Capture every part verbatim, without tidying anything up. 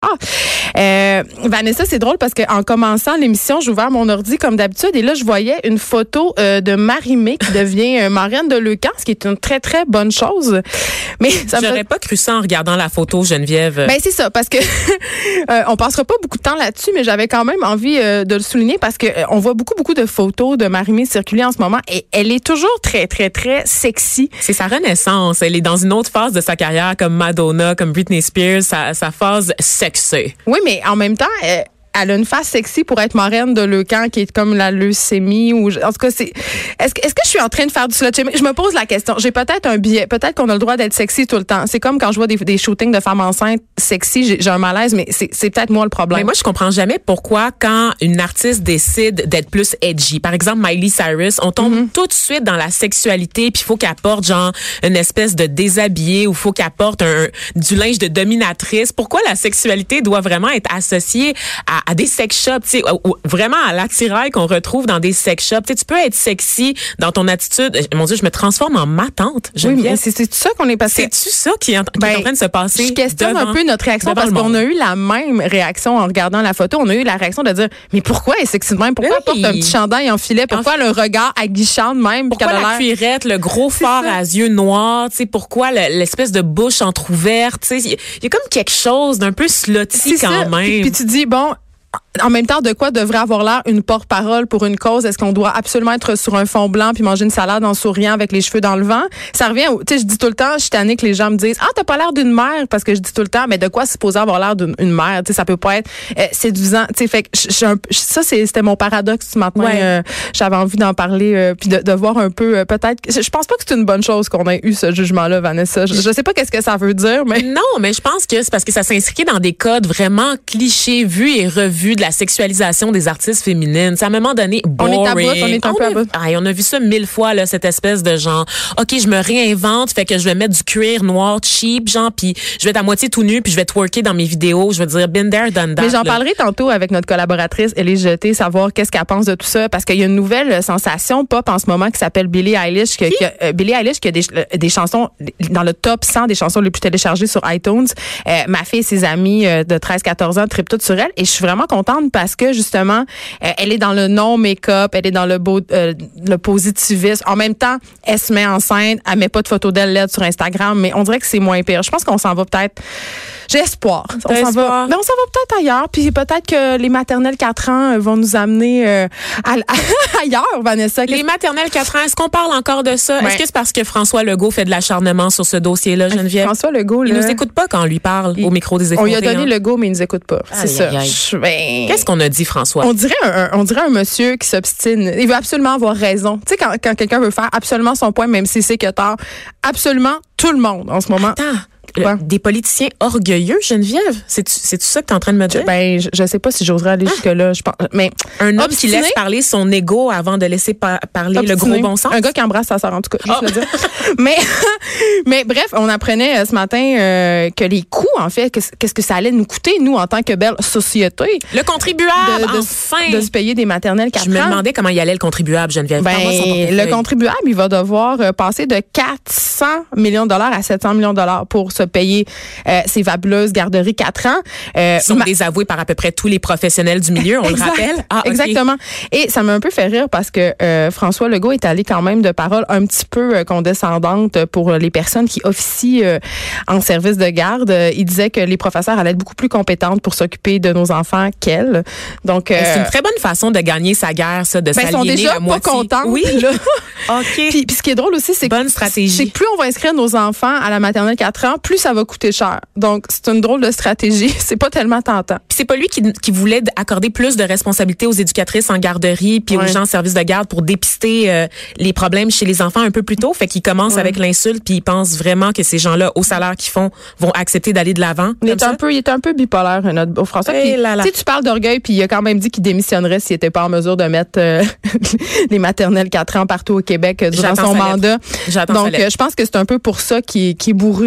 Euh, Vanessa, c'est drôle parce qu'en commençant l'émission, j'ai ouvert mon ordi comme d'habitude et là, je voyais une photo euh, de Marie-Mé qui devient euh, marraine de Leucan, ce qui est une très, très bonne chose. Mais ça J'aurais me... pas cru ça en regardant la photo, Geneviève. Ben, c'est ça, parce que euh, on passera pas beaucoup de temps là-dessus, mais j'avais quand même envie euh, de le souligner parce que euh, on voit beaucoup, beaucoup de photos de Marie-Mé circuler en ce moment et elle est toujours très, très, très sexy. C'est sa renaissance. Elle est dans une autre phase de sa carrière, comme Madonna, comme Britney Spears, sa, sa phase sexy. Oui, mais en même temps, euh, elle a une face sexy pour être marraine de Leucan, qui est comme la leucémie. Ou, en tout cas, c'est. Est-ce que, est-ce que je suis en train de faire du slut-shaming? Je me pose la question. J'ai peut-être un biais. Peut-être qu'on a le droit d'être sexy tout le temps. C'est comme quand je vois des, des shootings de femmes enceintes sexy, j'ai, j'ai un malaise, mais c'est, c'est peut-être moi le problème. Mais moi, je comprends jamais pourquoi, quand une artiste décide d'être plus edgy, par exemple Miley Cyrus, on tombe mm-hmm. tout de suite dans la sexualité, puis il faut qu'elle porte genre une espèce de déshabillé ou il faut qu'elle porte un, du linge de dominatrice. Pourquoi la sexualité doit vraiment être associée à à des sex shops, tu sais, vraiment à l'attirail qu'on retrouve dans des sex shops. Tu sais, tu peux être sexy dans ton attitude. Mon Dieu, je me transforme en ma tante. Oui, mais c'est, c'est ça qu'on est passé. C'est-tu ça qui est en, qui ben, est en train de se passer? Je questionne devant, un peu notre réaction parce qu'on a eu la même réaction en regardant la photo. On a eu la réaction de dire, mais pourquoi elle est sexy de même? Pourquoi oui. elle porte un petit chandail en filet? Pourquoi en... le regard aguichant de même? Pourquoi la l'air... cuirette, le gros fard à yeux noirs? Tu sais, pourquoi le, l'espèce de bouche entrouverte? Tu sais, il y, y a comme quelque chose d'un peu slutty quand ça. même. Puis, puis tu dis, bon, en même temps, de quoi devrait avoir l'air une porte-parole pour une cause? Est-ce qu'on doit absolument être sur un fond blanc puis manger une salade en souriant avec les cheveux dans le vent? Ça revient, tu sais, je dis tout le temps, je suis tannée que les gens me disent, ah, t'as pas l'air d'une mère, parce que je dis tout le temps, mais de quoi supposer avoir l'air d'une une mère? Tu sais, ça peut pas être euh, séduisant. Tu sais, fait que je, je, un, ça, c'est, c'était mon paradoxe ce matin. Ouais. Euh, j'avais envie d'en parler euh, puis de, de voir un peu, euh, peut-être, je, je pense pas que c'est une bonne chose qu'on ait eu ce jugement-là, Vanessa. Je, je sais pas qu'est-ce que ça veut dire, mais... Non, mais je pense que c'est parce que ça s'inscrit dans des codes vraiment clichés, vus et revus de la sexualisation des artistes féminines. C'est à un moment donné boring. On est à bout, on est un on peu à bout. Ah, on a vu ça mille fois, là, cette espèce de genre, OK, je me réinvente, fait que je vais mettre du cuir noir cheap, genre, puis je vais être à moitié tout nu, puis je vais twerker dans mes vidéos. Je vais dire, been there, done that. Mais j'en là. parlerai tantôt avec notre collaboratrice Élise Jeté, savoir qu'est-ce qu'elle pense de tout ça, parce qu'il y a une nouvelle sensation pop en ce moment qui s'appelle Billie Eilish, que, qui? que euh, Billie Eilish qui a des, des chansons dans le top cent des chansons les plus téléchargées sur iTunes. Euh, ma fille et ses amis euh, de treize quatorze ans trippent toutes sur elle, et je suis vraiment contente parce que justement, euh, elle est dans le non make-up, elle est dans le beau, euh, le positivisme. En même temps, elle se met enceinte, elle met pas de photos d'elle L E D sur Instagram, mais on dirait que c'est moins pire. Je pense qu'on s'en va peut-être. J'ai espoir. On s'en va. Mais on s'en va peut-être ailleurs. Puis peut-être que les maternelles quatre ans vont nous amener euh, à, à, ailleurs, Vanessa. Les maternelles quatre ans, est-ce qu'on parle encore de ça? Ouais. Est-ce que c'est parce que François Legault fait de l'acharnement sur ce dossier-là, Geneviève? François Legault, là, il nous écoute pas quand on lui parle il, au micro des effrontés. On lui a donné hein? Legault, mais il nous écoute pas. C'est aïe, ça. Aïe, aïe. Je, ben... Qu'est-ce qu'on a dit, François? On dirait un, on dirait un monsieur qui s'obstine. Il veut absolument avoir raison. Tu sais, quand, quand quelqu'un veut faire absolument son point, même si c'est que tard, absolument tout le monde en ce moment. Attends. Le, des politiciens orgueilleux, Geneviève? C'est c'est ça que tu es en train de me dire? Ben, je, je sais pas si j'oserais aller ah. jusque-là. Je pense, mais un homme obstiné, qui laisse parler son ego avant de laisser pa- parler obstiné. Le gros bon sens? Un gars qui embrasse sa sœur, en tout cas. Oh. Je veux dire. mais, mais bref, on apprenait ce matin euh, que les coûts, en fait, qu'est-ce que ça allait nous coûter, nous, en tant que belle société. Le contribuable, de, de, enfin! De se payer des maternelles quatre ans. Je me demandais comment il allait le contribuable, Geneviève. Ben, le contribuable, il va devoir passer de quatre cents millions de dollars à sept cents millions de dollars pour se payer Euh, ces fabuleuses garderies quatre ans. Euh, Ils sont ma... désavoués par à peu près tous les professionnels du milieu, on exact, le rappelle. Ah, okay. Exactement. Et ça m'a un peu fait rire parce que euh, François Legault est allé quand même de paroles un petit peu euh, condescendantes pour les personnes qui officient euh, en service de garde. Euh, il disait que les professeurs allaient être beaucoup plus compétentes pour s'occuper de nos enfants qu'elles. Donc, euh, c'est une très bonne façon de gagner sa guerre, ça, de ben, s'aliéner à moitié. Ils sont déjà pas contents. Oui, là. OK. Puis, puis ce qui est drôle aussi, c'est bonne que, stratégie. c'est que plus on va inscrire nos enfants à la maternelle quatre ans, plus ça va coûter cher. Donc, c'est une drôle de stratégie. C'est pas tellement tentant. Puis c'est pas lui qui, qui voulait accorder plus de responsabilités aux éducatrices en garderie puis ouais. aux gens en service de garde pour dépister euh, les problèmes chez les enfants un peu plus tôt. Fait qu'il commence ouais. avec l'insulte puis il pense vraiment que ces gens-là, au salaire qu'ils font, vont accepter d'aller de l'avant. Il est un peu, il est un peu bipolaire, notre beau François. Puis, tu sais, tu parles d'orgueil puis il a quand même dit qu'il démissionnerait s'il était pas en mesure de mettre euh, les maternelles quatre ans partout au Québec euh, durant J'attends son mandat. J'attends Donc, euh, je pense que c'est un peu pour ça qu'il, qu'il est bourru, si on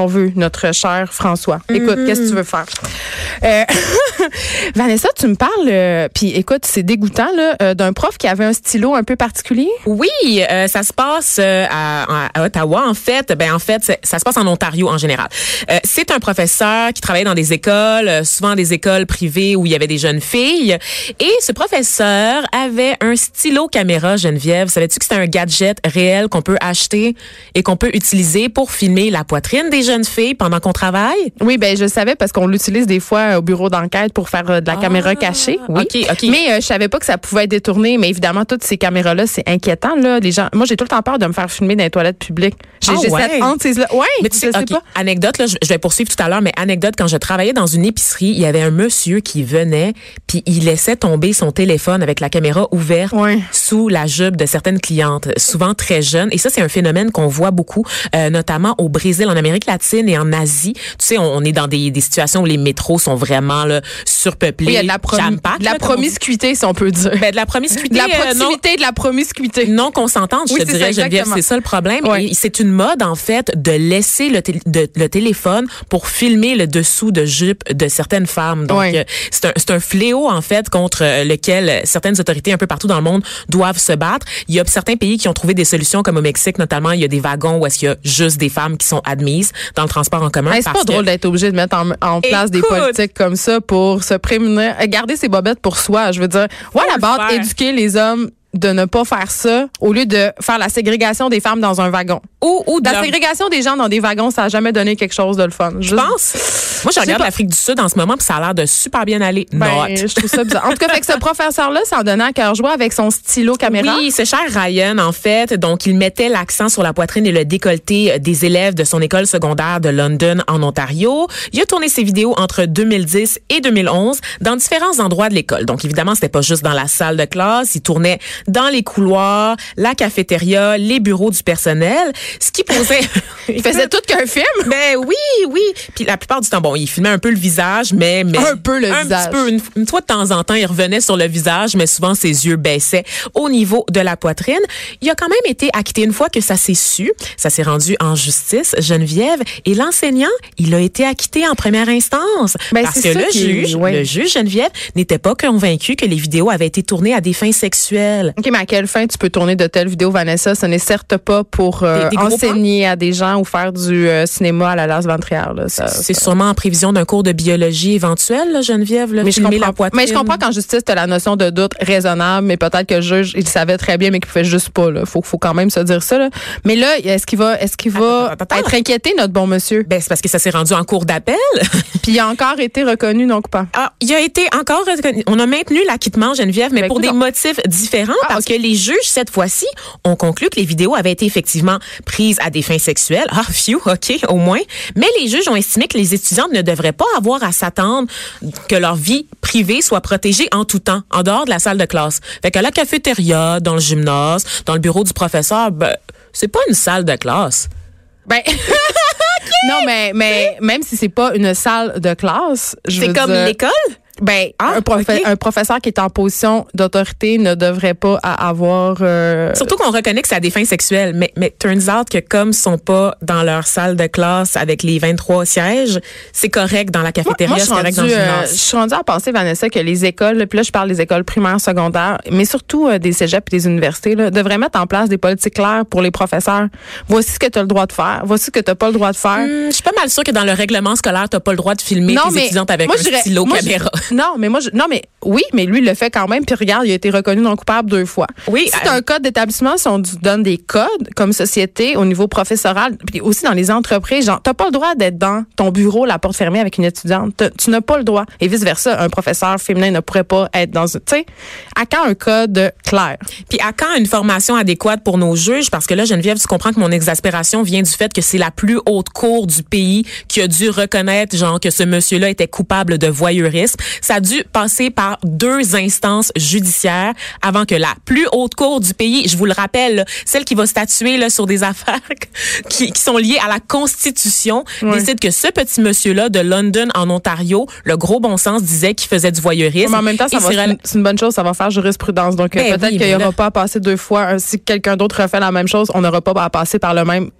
veut, notre cher François. Écoute, mm-hmm. qu'est-ce que tu veux faire? Euh, Vanessa, tu me parles, euh, puis écoute, c'est dégoûtant, là, euh, d'un prof qui avait un stylo un peu particulier. Oui, euh, ça se passe euh, à, à Ottawa, en fait. Ben en fait, ça se passe en Ontario en général. Euh, c'est un professeur qui travaillait dans des écoles, euh, souvent des écoles privées où il y avait des jeunes filles. Et ce professeur avait un stylo caméra, Geneviève. Savais-tu que c'était un gadget réel qu'on peut acheter et qu'on peut utiliser pour filmer la poitrine des jeunes filles pendant qu'on travaille? Oui, ben je savais parce qu'on l'utilise des fois au bureau d'enquête pour faire euh, de la ah, caméra cachée. Oui. OK, OK. Mais euh, je savais pas que ça pouvait être détourné. Mais évidemment, toutes ces caméras-là, c'est inquiétant. Là. Les gens, moi, j'ai tout le temps peur de me faire filmer dans les toilettes publiques. J'ai, oh, j'ai ouais. cette hantise-là. Oui, mais tu sais, okay. pas. Anecdote, là, je, je vais poursuivre tout à l'heure, mais anecdote, quand je travaillais dans une épicerie, il y avait un monsieur qui venait, puis il laissait tomber son téléphone avec la caméra ouverte ouais. sous la jupe de certaines clientes, souvent très jeunes. Et ça, c'est un phénomène qu'on voit beaucoup, euh, notamment au Brésil, en Amérique latine et en Asie. Tu sais, on, on est dans des, des situations où les métros sont vraiment là, surpeuplés. Oui, il y a de la, promi- de la là, promiscuité, si on peut dire. Ben, de la promiscuité. De la proximité, euh, de la promiscuité. Non consentante, oui, je te dirais, Geneviève. C'est ça le problème. Ouais. Et c'est une mode, en fait, de laisser le, t- de, le téléphone pour filmer le dessous de jupe de certaines femmes. Donc, ouais. euh, c'est, un, c'est un fléau, en fait, contre lequel certaines autorités un peu partout dans le monde doivent se battre. Il y a certains pays qui ont trouvé des solutions, comme au Mexique, notamment, il y a des wagons où est-ce qu'il y a juste des femmes qui sont admises dans le transport en commun. Hey, c'est pas drôle d'être obligé de mettre en, en place Écoute, des politiques comme ça pour se prémunir, garder ses bobettes pour soi. Je veux dire, what about éduquer les hommes de ne pas faire ça au lieu de faire la ségrégation des femmes dans un wagon. Ou, ou la leur... ségrégation des gens dans des wagons, ça n'a jamais donné quelque chose de le fun. Je pense. Moi, je regarde l'Afrique du Sud en ce moment, puis ça a l'air de super bien aller. Ben, je trouve ça bizarre. En tout cas, fait que ce professeur-là, ça en donnait à cœur joie avec son stylo caméra. Oui, c'est cher Ryan, en fait. Donc, il mettait l'accent sur la poitrine et le décolleté des élèves de son école secondaire de London, en Ontario. Il a tourné ses vidéos entre deux mille dix et deux mille onze dans différents endroits de l'école. Donc, évidemment, c'était pas juste dans la salle de classe. Il tournait dans les couloirs, la cafétéria, les bureaux du personnel, ce qui posait... il faisait tout qu'un film? Ben oui, oui. Puis la plupart du temps, bon, il filmait un peu le visage, mais... mais un peu le un visage. Un petit peu. Une, une fois de temps en temps, il revenait sur le visage, mais souvent, ses yeux baissaient au niveau de la poitrine. Il a quand même été acquitté une fois que ça s'est su. Ça s'est rendu en justice, Geneviève. Et l'enseignant, il a été acquitté en première instance. Ben, parce que le juge, ouais. le juge, Geneviève, n'était pas convaincu que les vidéos avaient été tournées à des fins sexuelles. OK, mais à quelle fin tu peux tourner de telles vidéos, Vanessa? Ce n'est certes pas pour euh, des, des enseigner à des gens ou faire du euh, cinéma à la Lars von Trier. Là. Ça, c'est ça. sûrement en prévision d'un cours de biologie éventuel, là, Geneviève. Là, mais, je comprends, la poitrine. mais je comprends qu'en justice, tu as la notion de doute raisonnable, mais peut-être que le juge, il savait très bien, mais qu'il ne pouvait juste pas. Il faut, faut quand même se dire ça. Là. Mais là, est-ce qu'il va, est-ce qu'il va attends, attends, être inquiété, notre bon monsieur? Ben, c'est parce que ça s'est rendu en cour d'appel. Puis il a encore été reconnu non coupable. Ah, il a été encore reconnu. On a maintenu l'acquittement, Geneviève, mais ben, pour écoute, des motifs différents, ah, parce okay. que les juges, cette fois-ci, ont conclu que les vidéos avaient été effectivement prises à des fins sexuelles. Ah, phew, OK, au moins. Mais les juges ont estimé que les étudiantes ne devraient pas avoir à s'attendre que leur vie privée soit protégée en tout temps, en dehors de la salle de classe. Fait qu'à la cafétéria, dans le gymnase, dans le bureau du professeur, ben, c'est pas une salle de classe. Ben... okay. Non, mais, mais même si c'est pas une salle de classe, je c'est veux comme dire, l'école? Ben, ah, un, profe- okay. un professeur qui est en position d'autorité ne devrait pas avoir... Euh... Surtout qu'on reconnaît que c'est à des fins sexuelles, mais, mais turns out que comme ils sont pas dans leur salle de classe avec les vingt-trois sièges, c'est correct dans la cafétéria, moi, moi, c'est correct rendu, dans le gymnase. Euh, je suis rendue à penser, Vanessa, que les écoles, puis là, je parle des écoles primaires, secondaires, mais surtout euh, des cégeps et des universités, là, devraient mettre en place des politiques claires pour les professeurs. Voici ce que tu as le droit de faire, voici ce que tu n'as pas le droit de faire. Hum, je suis pas mal sûre que dans le règlement scolaire, tu n'as pas le droit de filmer non, tes mais, étudiantes avec moi, un stylo moi, caméra. Je, non, mais moi, je, non, mais oui, mais lui, il le fait quand même. Puis regarde, il a été reconnu non coupable deux fois. Oui. Si c'est euh, un code d'établissement, si on donne des codes comme société au niveau professoral, puis aussi dans les entreprises, genre, t'as pas le droit d'être dans ton bureau, la porte fermée avec une étudiante. T'as, tu n'as pas le droit. Et vice versa, un professeur féminin ne pourrait pas être dans, tu sais, à quand un code clair? Puis à quand une formation adéquate pour nos juges? Parce que là, Geneviève, tu comprends que mon exaspération vient du fait que c'est la plus haute cour du pays qui a dû reconnaître, genre, que ce monsieur-là était coupable de voyeurisme. Ça a dû passer par deux instances judiciaires avant que la plus haute cour du pays, je vous le rappelle, là, celle qui va statuer là, sur des affaires qui, qui sont liées à la Constitution, ouais. décide que ce petit monsieur-là de London, en Ontario, le gros bon sens disait qu'il faisait du voyeurisme. Mais en même temps, ça va, c'est, une, c'est une bonne chose, ça va faire jurisprudence. Donc ben peut-être oui, qu'il n'y aura là... pas à passer deux fois. Si quelqu'un d'autre refait la même chose, on n'aura pas à passer par le même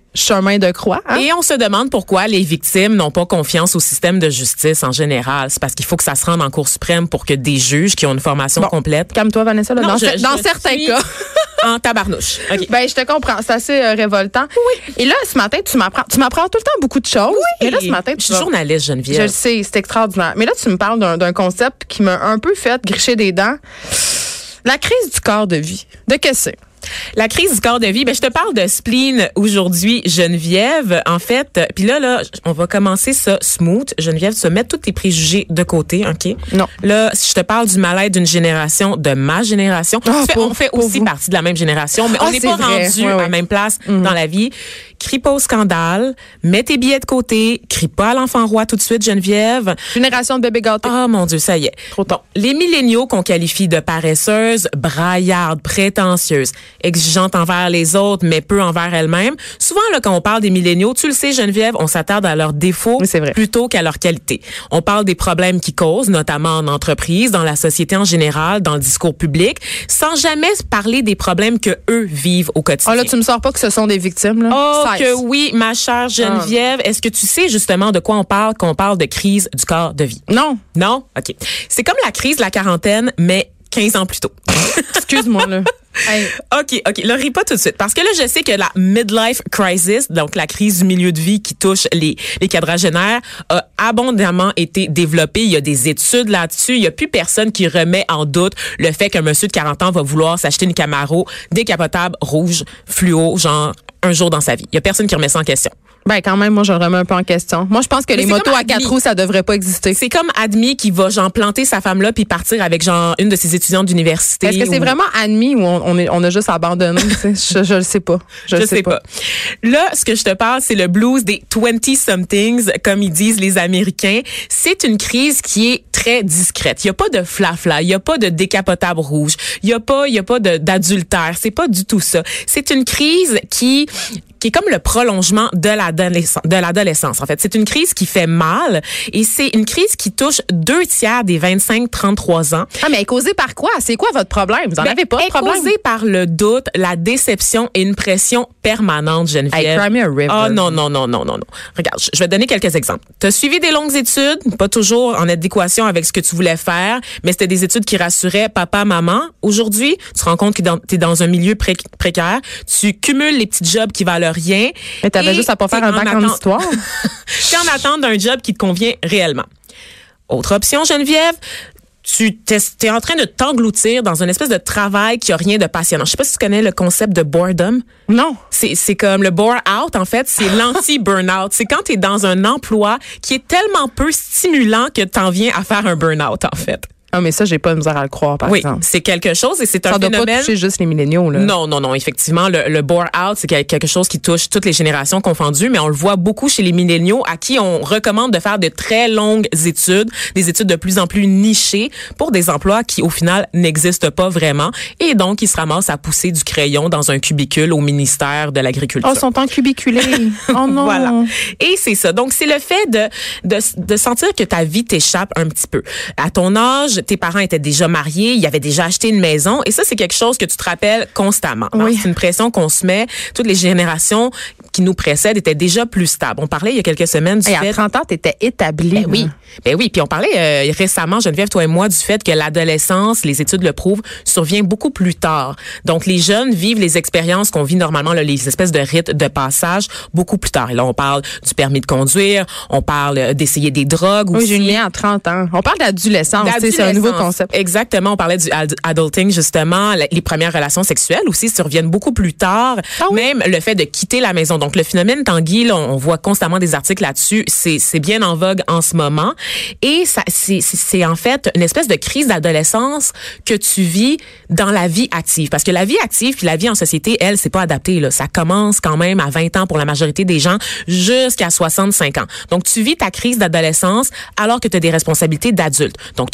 chemin de croix. Hein? Et on se demande pourquoi les victimes n'ont pas confiance au système de justice en général. C'est parce qu'il faut que ça se rende en Cour suprême pour que des juges qui ont une formation bon, complète... Calme-toi, Vanessa. Là, non, dans je, ce, je dans certains suis cas... en tabarnouche. Okay. Ben, je te comprends. C'est assez euh, révoltant. Oui. Et là, ce matin, tu m'apprends, tu m'apprends tout le temps beaucoup de choses. Oui. Et là, ce matin, tu je suis vas... journaliste, Geneviève. Je le sais, c'est extraordinaire. Mais là, tu me parles d'un, d'un concept qui m'a un peu fait gricher des dents. La crise du corps de vie. De qu'est-ce que c'est? La crise du corps de vie, ben je te parle de spleen aujourd'hui, Geneviève. En fait, puis là, là, on va commencer ça smooth. Geneviève, tu vas mettre tous tes préjugés de côté, OK? Non. Là, je te parle du mal-être d'une génération, de ma génération. Oh, fait, pour, on fait aussi vous. partie de la même génération, mais oh, on n'est pas vrai. rendu ouais, ouais. à la même place mm-hmm. dans la vie. Crie pas au scandale, mets tes billets de côté, crie pas à l'enfant roi tout de suite, Geneviève. Génération de bébés gâtés. Ah, oh, mon Dieu, ça y est. Trop tard. Bon, les milléniaux qu'on qualifie de paresseuses, braillardes, prétentieuses, exigeantes envers les autres, mais peu envers elles-mêmes. Souvent, là, quand on parle des milléniaux, tu le sais, Geneviève, on s'attarde à leurs défauts oui, c'est vrai. plutôt qu'à leurs qualités. On parle des problèmes qu'ils causent, notamment en entreprise, dans la société en général, dans le discours public, sans jamais parler des problèmes que eux vivent au quotidien. Oh là, tu me sors pas que ce sont des victimes, là. Oh, seize. que oui, ma chère Geneviève. Ah. Est-ce que tu sais justement de quoi on parle quand on parle de crise du corps de vie? Non. Non? OK. C'est comme la crise de la quarantaine, mais quinze ans plus tôt. Excuse-moi, là. Hey. OK, OK. Là, ris pas tout de suite. Parce que là, je sais que la midlife crisis, donc la crise du milieu de vie qui touche les, les quadragénaires, a abondamment été développée. Il y a des études là-dessus. Il y a plus personne qui remet en doute le fait qu'un monsieur de quarante ans va vouloir s'acheter une Camaro décapotable rouge fluo, genre un jour dans sa vie. Il y a personne qui remet ça en question. Ben, quand même, moi, je le remets un peu en question. Moi, je pense que Mais les motos à quatre roues, ça devrait pas exister. C'est comme admis qui va, genre, planter sa femme là puis partir avec, genre, une de ses étudiantes d'université. Est-ce que c'est ou... vraiment admis ou on, on, est, on a juste abandonné? je, je le sais pas. Je, Je le sais, sais pas. pas. Là, ce que je te parle, c'est le blues des twenty-somethings, comme ils disent les Américains. C'est une crise qui est très discrète. Il y a pas de flafla, il y a pas de décapotable rouge, il y a pas, il y a pas de, d'adultère. C'est pas du tout ça. C'est une crise qui qui est comme le prolongement de l'adolescence. De l'adolescence, en fait. C'est une crise qui fait mal et c'est une crise qui touche deux tiers des vingt-cinq trente-trois ans. Ah, mais elle est causée par quoi? C'est quoi votre problème? Vous en ben, avez pas de problème? Elle est causée par le doute, la déception et une pression permanente, Geneviève. Hey, cry me a river. Ah, oh, non, non, non, non, non, non. Regarde, je vais te donner quelques exemples. Tu as suivi des longues études, pas toujours en adéquation avec ce que tu voulais faire, mais c'était des études qui rassuraient papa, maman. Aujourd'hui, tu te rends compte que tu es dans un milieu pré- précaire. Tu cumules les petits jobs qui valent rien. Mais t'avais juste à pas faire un bac en, en histoire. T'es en attente d'un job qui te convient réellement. Autre option, Geneviève, tu t'es, t'es en train de t'engloutir dans une espèce de travail qui a rien de passionnant. Je sais pas si tu connais le concept de boredom. Non. C'est, c'est comme le bore out, en fait, c'est l'anti-burnout. C'est quand t'es dans un emploi qui est tellement peu stimulant que t'en viens à faire un burnout, en fait. Ah, mais ça, j'ai pas de misère à le croire, par oui, exemple. Oui, c'est quelque chose et c'est un ça phénomène... Ça doit pas toucher juste les milléniaux, là. Non, non, non. Effectivement, le, le bore-out, c'est quelque chose qui touche toutes les générations confondues, mais on le voit beaucoup chez les milléniaux à qui on recommande de faire de très longues études, des études de plus en plus nichées pour des emplois qui, au final, n'existent pas vraiment et donc ils se ramassent à pousser du crayon dans un cubicule au ministère de l'Agriculture. Oh, ils sont encubiculés. Oh non. Voilà. Et c'est ça. Donc, c'est le fait de, de, de sentir que ta vie t'échappe un petit peu. À ton âge, tes parents étaient déjà mariés, ils avaient déjà acheté une maison et ça, c'est quelque chose que tu te rappelles constamment. Oui. C'est une pression qu'on se met. Toutes les générations qui nous précèdent étaient déjà plus stables. On parlait il y a quelques semaines du hey, fait... À trente ans, t'étais établie. Ben oui. Ben oui. Puis on parlait euh, récemment, Geneviève, toi et moi, du fait que l'adolescence, les études le prouvent, survient beaucoup plus tard. Donc, les jeunes vivent les expériences qu'on vit normalement, là, les espèces de rites de passage, beaucoup plus tard. Et là, on parle du permis de conduire, on parle d'essayer des drogues oui, aussi. Oui, Julien, à trente ans. On parle d'adolescence, d'adolescence. C'est un nouveau concept. Exactement. On parlait du ad- adulting, justement. Les premières relations sexuelles aussi surviennent beaucoup plus tard. Ah oui? Même le fait de quitter la maison. Donc, le phénomène Tanguy, là, on voit constamment des articles là-dessus. C'est, c'est bien en vogue en ce moment. Et ça, c'est, c'est, c'est en fait une espèce de crise d'adolescence que tu vis dans la vie active. Parce que la vie active puis la vie en société, elle, c'est pas adapté, là. Ça commence quand même à vingt ans pour la majorité des gens jusqu'à soixante-cinq ans. Donc, tu vis ta crise d'adolescence alors que tu as des responsabilités d'adulte. Donc, tu as une hypothèque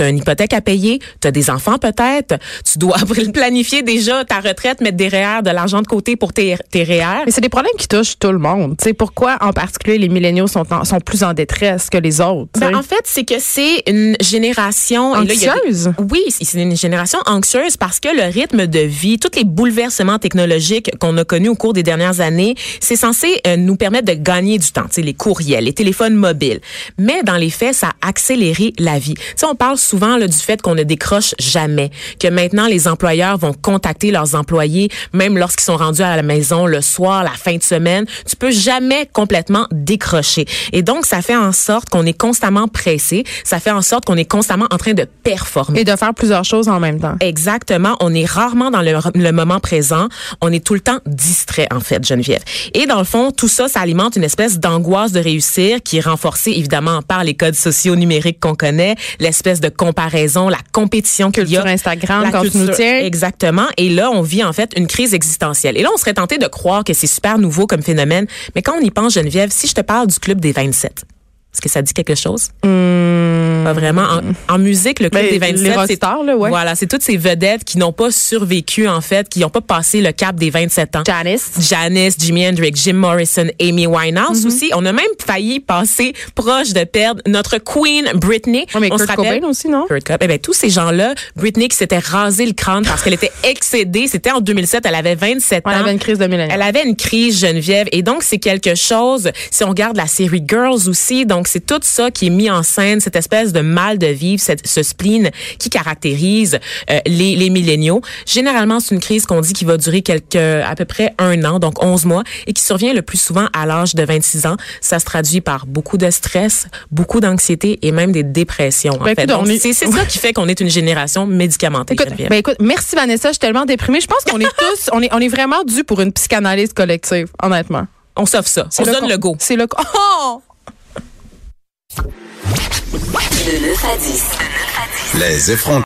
hypothèque à payer, tu as des enfants peut-être, tu dois planifier déjà ta retraite, mettre des R E E R, de l'argent de côté pour tes, tes R E E R. Mais c'est des problèmes qui touchent tout le monde. Tu sais, pourquoi en particulier les milléniaux sont, en, sont plus en détresse que les autres? Ben, en fait, c'est que c'est une génération... Anxieuse? Des, oui, c'est une génération anxieuse parce que le rythme de vie, tous les bouleversements technologiques qu'on a connus au cours des dernières années, c'est censé euh, nous permettre de gagner du temps. Tu sais, les courriels, les téléphones mobiles. Mais dans les faits, ça a accéléré la vie. Tu sais, on parle souvent là, du fait qu'on ne décroche jamais, que maintenant les employeurs vont contacter leurs employés, même lorsqu'ils sont rendus à la maison le soir, la fin de semaine. Tu peux jamais complètement décrocher. Et donc, ça fait en sorte qu'on est constamment pressé. Ça fait en sorte qu'on est constamment en train de performer. Et de faire plusieurs choses en même temps. Exactement. On est rarement dans le, le moment présent. On est tout le temps distrait, en fait, Geneviève. Et dans le fond, tout ça, ça alimente une espèce d'angoisse de réussir qui est renforcée, évidemment, par les codes sociaux numériques qu'on connaît, l'espèce de comparaison, la compétition qu'il y a. Culture Instagram, la quand culture, tu nous tiens. Exactement. Et là, on vit, en fait, une crise existentielle. Et là, on serait tenté de croire que c'est super nouveau comme phénomène. Mais quand on y pense, Geneviève, si je te parle du Club des vingt-sept, est-ce que ça dit quelque chose? Mmh. Pas vraiment. En, en musique, le Club ben, des vingt-sept, les c'est, rockstars, là, ouais. voilà, c'est toutes ces vedettes qui n'ont pas survécu, en fait, qui n'ont pas passé le cap des vingt-sept ans. Janice. Janice, Jimi Hendrix, Jim Morrison, Amy Winehouse mm-hmm. aussi. On a même failli passer proche de perdre notre Queen Britney. Oh, mais on Kurt se rappelle, Cobain aussi, non? Kurt Cobain. Eh ben, tous ces gens-là, Britney qui s'était rasé le crâne parce qu'elle était excédée. C'était en deux mille sept, elle avait vingt-sept ans. Elle avait une crise de millénaire. Elle avait une crise, Geneviève. Et donc, c'est quelque chose, si on regarde la série Girls aussi, donc c'est tout ça qui est mis en scène, cette espèce de mal de vivre, cette, ce spleen qui caractérise euh, les, les milléniaux. Généralement, c'est une crise qu'on dit qui va durer quelque, à peu près un an, donc onze mois, et qui survient le plus souvent à l'âge de vingt-six ans. Ça se traduit par beaucoup de stress, beaucoup d'anxiété et même des dépressions. Ben, en fait. écoute, Donc, est... c'est, c'est ça qui fait qu'on est une génération médicamentée. Écoute, ben, écoute, merci Vanessa, je suis tellement déprimée. Je pense qu'on est tous, on est, on est vraiment dû pour une psychanalyse collective, honnêtement. On s'offre ça. C'est on se donne con... le go. C'est le go. Oh! De neuf à dix. Les effrontés.